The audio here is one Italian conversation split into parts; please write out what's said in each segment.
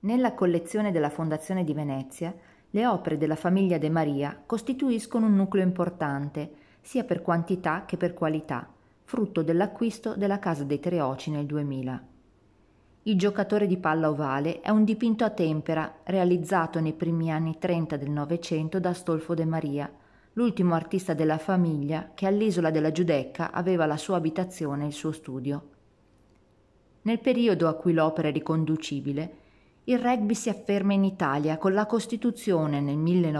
Nella collezione della Fondazione di Venezia, le opere della famiglia De Maria costituiscono un nucleo importante, sia per quantità che per qualità, frutto dell'acquisto della Casa dei Treoci nel 2000. Il giocatore di palla ovale è un dipinto a tempera realizzato nei primi anni 30 del Novecento da Astolfo De Maria, l'ultimo artista della famiglia che all'isola della Giudecca aveva la sua abitazione e il suo studio. Nel periodo a cui l'opera è riconducibile, il rugby si afferma in Italia con la costituzione nel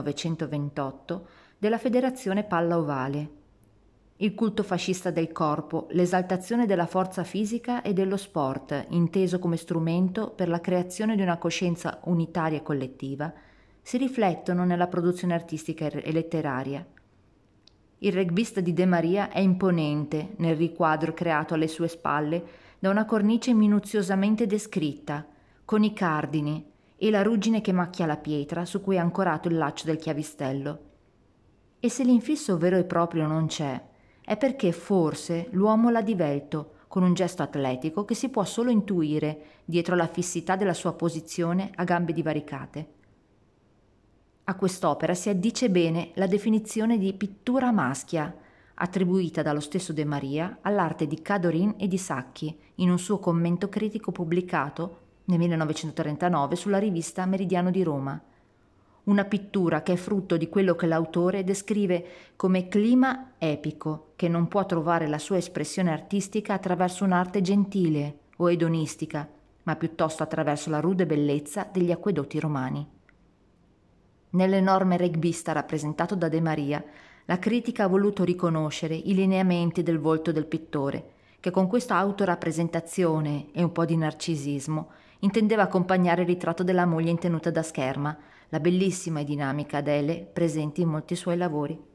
1928 della Federazione Palla Ovale. Il culto fascista del corpo, l'esaltazione della forza fisica e dello sport, inteso come strumento per la creazione di una coscienza unitaria e collettiva, si riflettono nella produzione artistica e letteraria. Il rugbista di De Maria è imponente nel riquadro creato alle sue spalle da una cornice minuziosamente descritta, con i cardini e la ruggine che macchia la pietra su cui è ancorato il laccio del chiavistello. E se l'infisso vero e proprio non c'è, è perché forse l'uomo l'ha divelto con un gesto atletico che si può solo intuire dietro la fissità della sua posizione a gambe divaricate. A quest'opera si addice bene la definizione di pittura maschia, attribuita dallo stesso De Maria all'arte di Cadorin e di Sacchi in un suo commento critico pubblicato nel 1939 sulla rivista Meridiano di Roma. Una pittura che è frutto di quello che l'autore descrive come clima epico, che non può trovare la sua espressione artistica attraverso un'arte gentile o edonistica, ma piuttosto attraverso la rude bellezza degli acquedotti romani. Nell'enorme rugbista rappresentato da De Maria, la critica ha voluto riconoscere i lineamenti del volto del pittore, che con questa autorappresentazione e un po' di narcisismo intendeva accompagnare il ritratto della moglie in tenuta da scherma, la bellissima e dinamica Adele presente in molti suoi lavori.